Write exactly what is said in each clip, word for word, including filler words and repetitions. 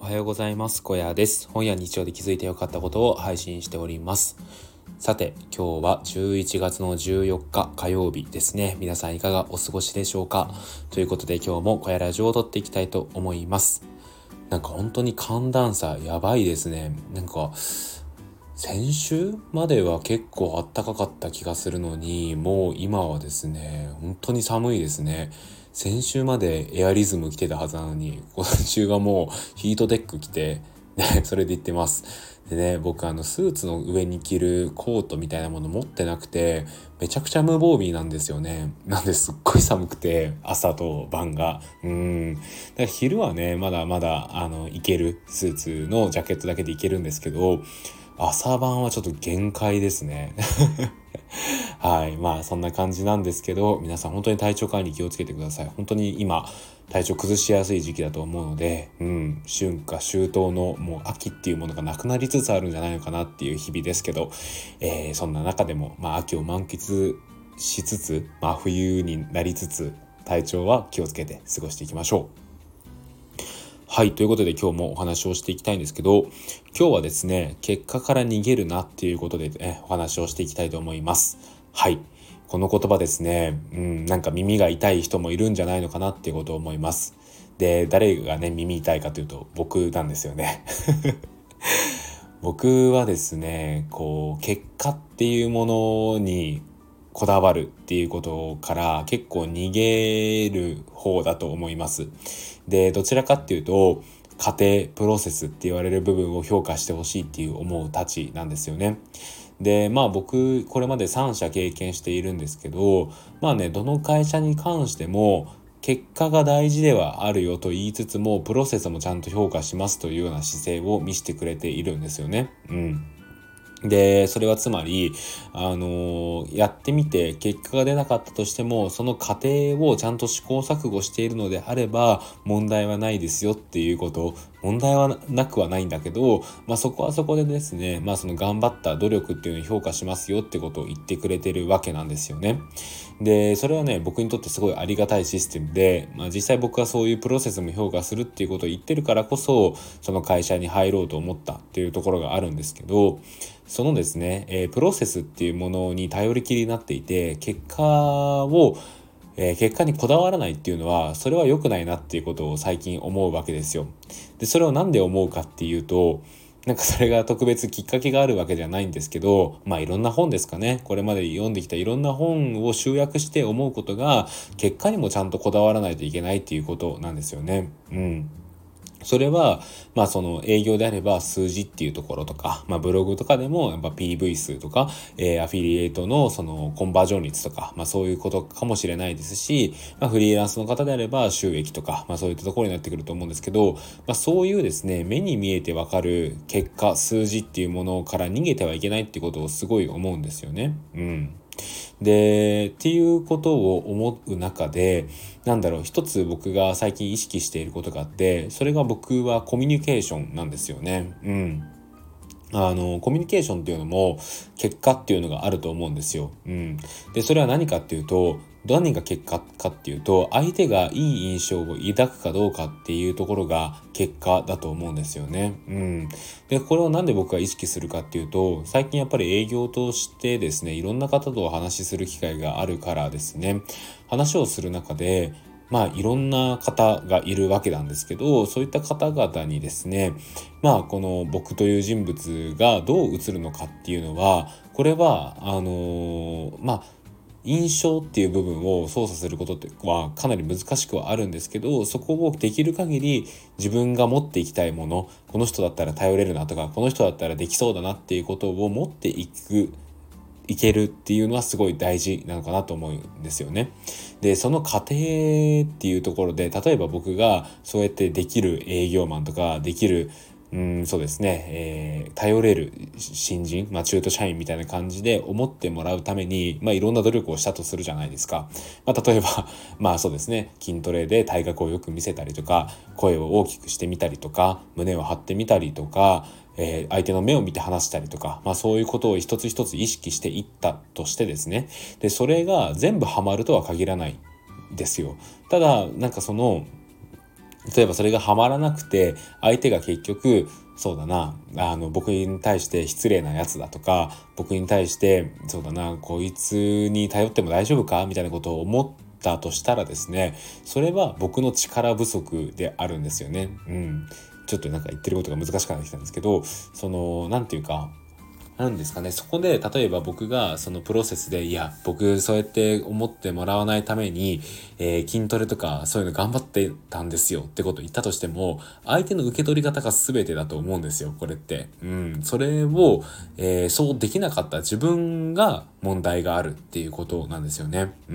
はようございます。小屋です。本や日常で気づいてよかったことを配信しております。さて、今日はじゅういちがつのじゅうよっか火曜日ですね。皆さんいかがお過ごしでしょうか。ということで今日も小屋ラジオを撮っていきたいと思います。なんか本当に寒暖差やばいですね。なんか先週までは結構暖かかった気がするのに、もう今はですね、本当に寒いですね。先週までエアリズム着てたはずなのに、今週はもうヒートテック着て、ね、それで行ってます。でね、僕あのスーツの上に着るコートみたいなもの持ってなくて、めちゃくちゃ無防備なんですよね。なんですっごい寒くて、朝と晩が。うーん。だから昼はね、まだまだあのいける、スーツのジャケットだけでいけるんですけど、朝晩はちょっと限界ですね。はい。まあそんな感じなんですけど、皆さん本当に体調管理気をつけてください。本当に今体調崩しやすい時期だと思うので、うん、春夏秋冬のもう秋っていうものがなくなりつつあるんじゃないのかなっていう日々ですけど、えー、そんな中でもまあ秋を満喫しつつ、まあ冬になりつつ体調は気をつけて過ごしていきましょう。はい。ということで今日もお話をしていきたいんですけど、今日はですね、結果から逃げるなっていうことで、ね、お話をしていきたいと思います。はい。この言葉ですね、うん、なんか耳が痛い人もいるんじゃないのかなっていうことを思います。で、誰がね、耳痛いかというと僕なんですよね。僕はですね、こう、結果っていうものにこだわるっていうことから結構逃げる方だと思います。で、どちらかっていうと、過程、プロセスって言われる部分を評価してほしいっていう思うたちなんですよね。で、まあ僕、これまでさんしゃ経験しているんですけど、まあね、どの会社に関しても、結果が大事ではあるよと言いつつも、プロセスもちゃんと評価しますというような姿勢を見せてくれているんですよね。うん。で、それはつまり、あのーやってみて結果が出なかったとしても、その過程をちゃんと試行錯誤しているのであれば、問題はないですよっていうこと、問題はなくはないんだけど、まあそこはそこでですね、まあその頑張った努力っていうのを評価しますよってことを言ってくれてるわけなんですよね。で、それはね、僕にとってすごいありがたいシステムで、まあ実際僕はそういうプロセスも評価するっていうことを言ってるからこそ、その会社に入ろうと思ったっていうところがあるんですけど、そのですね、えープロセスっていうものに頼りきりになっていて、結果を、えー結果にこだわらないっていうのは、それは良くないなっていうことを最近思うわけですよ。で、それをなんで思うかっていうと、なんかそれが特別きっかけがあるわけじゃないんですけど、まあいろんな本ですかね。これまで読んできたいろんな本を集約して思うことが、結果にもちゃんとこだわらないといけないっていうことなんですよね。うん。それは、まあその営業であれば数字っていうところとか、まあブログとかでもやっぱ ピーブイ 数とか、えー、アフィリエイトのそのコンバージョン率とか、まあそういうことかもしれないですし、まあフリーランスの方であれば収益とか、まあそういったところになってくると思うんですけど、まあそういうですね、目に見えてわかる結果、数字っていうものから逃げてはいけないっていうことをすごい思うんですよね。うん。で、っていうことを思う中で、なんだろう、一つ僕が最近意識していることがあって、それが僕はコミュニケーションなんですよね。うん。あの、コミュニケーションっていうのも結果っていうのがあると思うんですよ。うん。で、それは何かっていうと、何が結果かっていうと、相手がいい印象を抱くかどうかっていうところが結果だと思うんですよね。うん。で、これをなんで僕が意識するかっていうと、最近やっぱり営業としてですね、いろんな方とお話しする機会があるからですね、話をする中で、まあいろんな方がいるわけなんですけど、そういった方々にですね、まあこの僕という人物がどう映るのかっていうのは、これはあのーまあ印象っていう部分を操作することってはかなり難しくはあるんですけど、そこをできる限り自分が持っていきたいもの、この人だったら頼れるなとか、この人だったらできそうだなっていうことを持っていくいけるっていうのはすごい大事なのかなと思うんですよね。で、その過程っていうところで、例えば僕がそうやってできる営業マンとか、できる、うん、そうですね、えー、頼れる新人、まあ中途社員みたいな感じで思ってもらうために、まあいろんな努力をしたとするじゃないですか。まあ例えば、まあそうですね、筋トレで体格をよく見せたりとか、声を大きくしてみたりとか、胸を張ってみたりとか、えー、相手の目を見て話したりとか、まあそういうことを一つ一つ意識していったとしてですね。で、それが全部ハマるとは限らないですよ。ただ、なんかその、 例えばそれがハマらなくて、相手が結局そうだなあの僕に対して失礼なやつだとか、僕に対してそうだなこいつに頼っても大丈夫かみたいなことを思ったとしたらですね、それは僕の力不足であるんですよね。うん、ちょっとなんか言ってることが難しくなってきたんですけど、そのなんていうかなんですかね、そこで例えば僕がそのプロセスで、いや僕そうやって思ってもらわないために、えー筋トレとかそういうの頑張ってたんですよってことを言ったとしても、相手の受け取り方が全てだと思うんですよ、これって。うん、それを、えーそうできなかった自分が問題があるっていうことなんですよね。うん。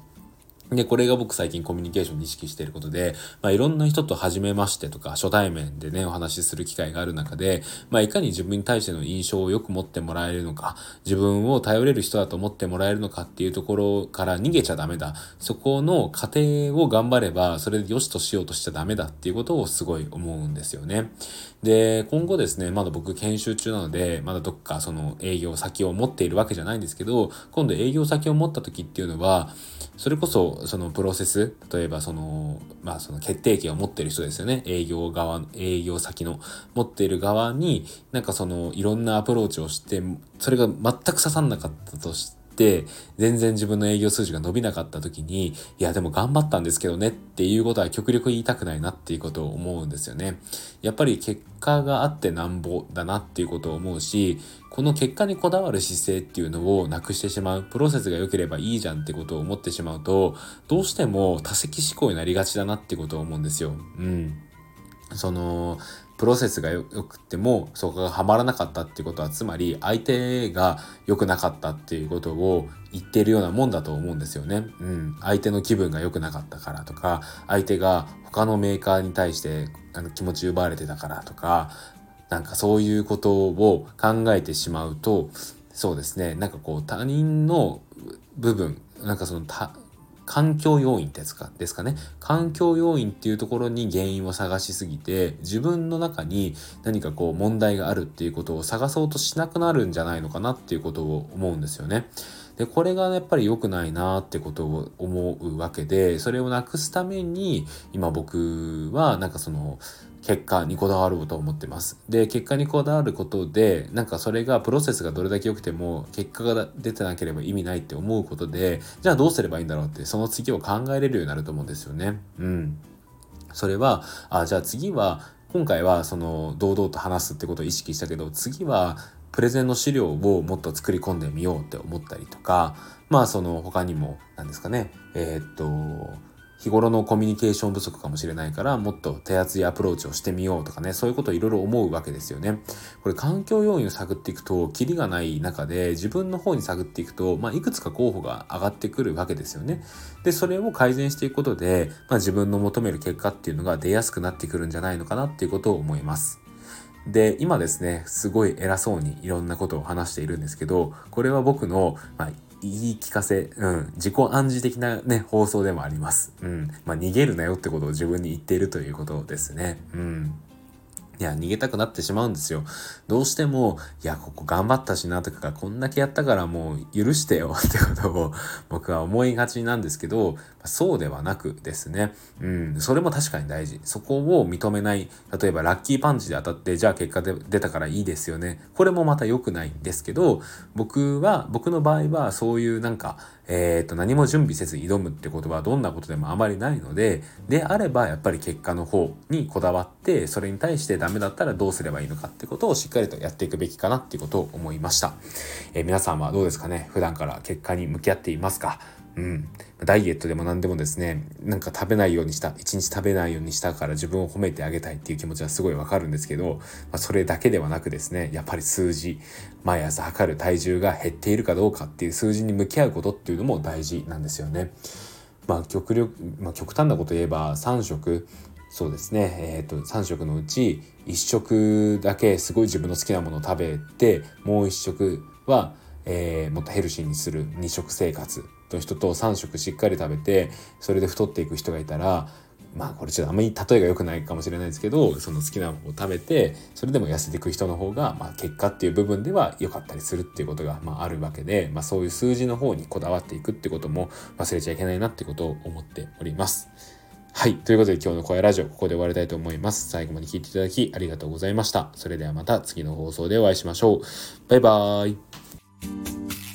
で、これが僕最近コミュニケーションに意識していることで、まあいろんな人と初めましてとか初対面でね、お話しする機会がある中で、まあいかに自分に対しての印象をよく持ってもらえるのか、自分を頼れる人だと思ってもらえるのかっていうところから逃げちゃダメだ。そこの過程を頑張れば、それで良しとしようとしちゃダメだっていうことをすごい思うんですよね。で、今後ですね、まだ僕研修中なので、まだどっかその営業先を持っているわけじゃないんですけど、今度営業先を持った時っていうのは、それこそそのプロセス、例えばそのまあその決定権を持っている人ですよね、営業側営業先の持っている側になんかそのいろんなアプローチをして、それが全く刺さんなかったとして、全然自分の営業数字が伸びなかった時に、いやでも頑張ったんですけどねっていうことは極力言いたくないなっていうことを思うんですよね。やっぱり結果があってなんぼだなっていうことを思うし、この結果にこだわる姿勢っていうのをなくしてしまう、プロセスが良ければいいじゃんってことを思ってしまうと、どうしても多責思考になりがちだなってことを思うんですよ。うん。そのプロセスがよくってもそこがはまらなかったっていうことは、つまり相手が良くなかったっていうことを言っているようなもんだと思うんですよね。うん、相手の気分が良くなかったからとか、相手が他のメーカーに対してあの気持ち奪われてたからとか、なんかそういうことを考えてしまうと、そうですね、なんかこう他人の部分、なんかその他環境要因ですかですかね。環境要因っていうところに原因を探しすぎて、自分の中に何かこう問題があるっていうことを探そうとしなくなるんじゃないのかなっていうことを思うんですよね。で、これがやっぱり良くないなってことを思うわけで、それをなくすために今僕はなんかその結果にこだわろうと思ってます。で、結果にこだわることで、なんかそれがプロセスがどれだけ良くても結果が出てなければ意味ないって思うことで、じゃあどうすればいいんだろうって、その次を考えれるようになると思うんですよね。うん。それは、あ、じゃあ次は、今回はその堂々と話すってことを意識したけど、次はプレゼンの資料をもっと作り込んでみようって思ったりとか、まあその他にも何ですかね、えーっと日頃のコミュニケーション不足かもしれないから、もっと手厚いアプローチをしてみようとかね、そういうことをいろいろ思うわけですよね。これ環境要因を探っていくとキリがない中で、自分の方に探っていくと、まあ、いくつか候補が上がってくるわけですよね。で、それを改善していくことで、まあ、自分の求める結果っていうのが出やすくなってくるんじゃないのかなっていうことを思います。で、今ですね、すごい偉そうにいろんなことを話しているんですけど、これは僕の、まあ、言い聞かせ、うん、自己暗示的なね、放送でもあります。うん。まあ、逃げるなよってことを自分に言っているということですね。うん。いや、逃げたくなってしまうんですよ。どうしても、いや、ここ頑張ったしなとか、こんだけやったからもう許してよってことを僕は思いがちなんですけど、そうではなくですね。うん、それも確かに大事。そこを認めない。例えば、ラッキーパンチで当たって、じゃあ結果で出たからいいですよね。これもまた良くないんですけど、僕は、僕の場合は、そういうなんか、えっと、何も準備せず挑むってことはどんなことでもあまりないので、であればやっぱり結果の方にこだわって、それに対してダメだったらどうすればいいのかってことをしっかりとやっていくべきかなっていうことを思いました。えー、皆さんはどうですかね。普段から結果に向き合っていますか？うん。ダイエットでも何でもですね、なんか食べないようにした、一日食べないようにしたから自分を褒めてあげたいっていう気持ちはすごいわかるんですけど、まあ、それだけではなくですね、やっぱり数字、毎朝測る体重が減っているかどうかっていう数字に向き合うことっていうのも大事なんですよね。まあ極力、まあ、極端なこと言えばさん食、そうですね、えーと、さん食のうちいっ食だけすごい自分の好きなものを食べて、もういっ食は、えー、もっとヘルシーにするに食生活の人と、さん食しっかり食べてそれで太っていく人がいたら、まあこれちょっとあんまり例えが良くないかもしれないですけど、その好きなものを食べてそれでも痩せていく人の方が、まあ、結果っていう部分では良かったりするっていうことが、まあ、あるわけで、まあ、そういう数字の方にこだわっていくってことも忘れちゃいけないなってことを思っております。 はい。ということで今日の声ラジオ、ここで終わりたいと思います。最後まで聞いていただきありがとうございました。それではまた次の放送でお会いしましょう。バイバーイ。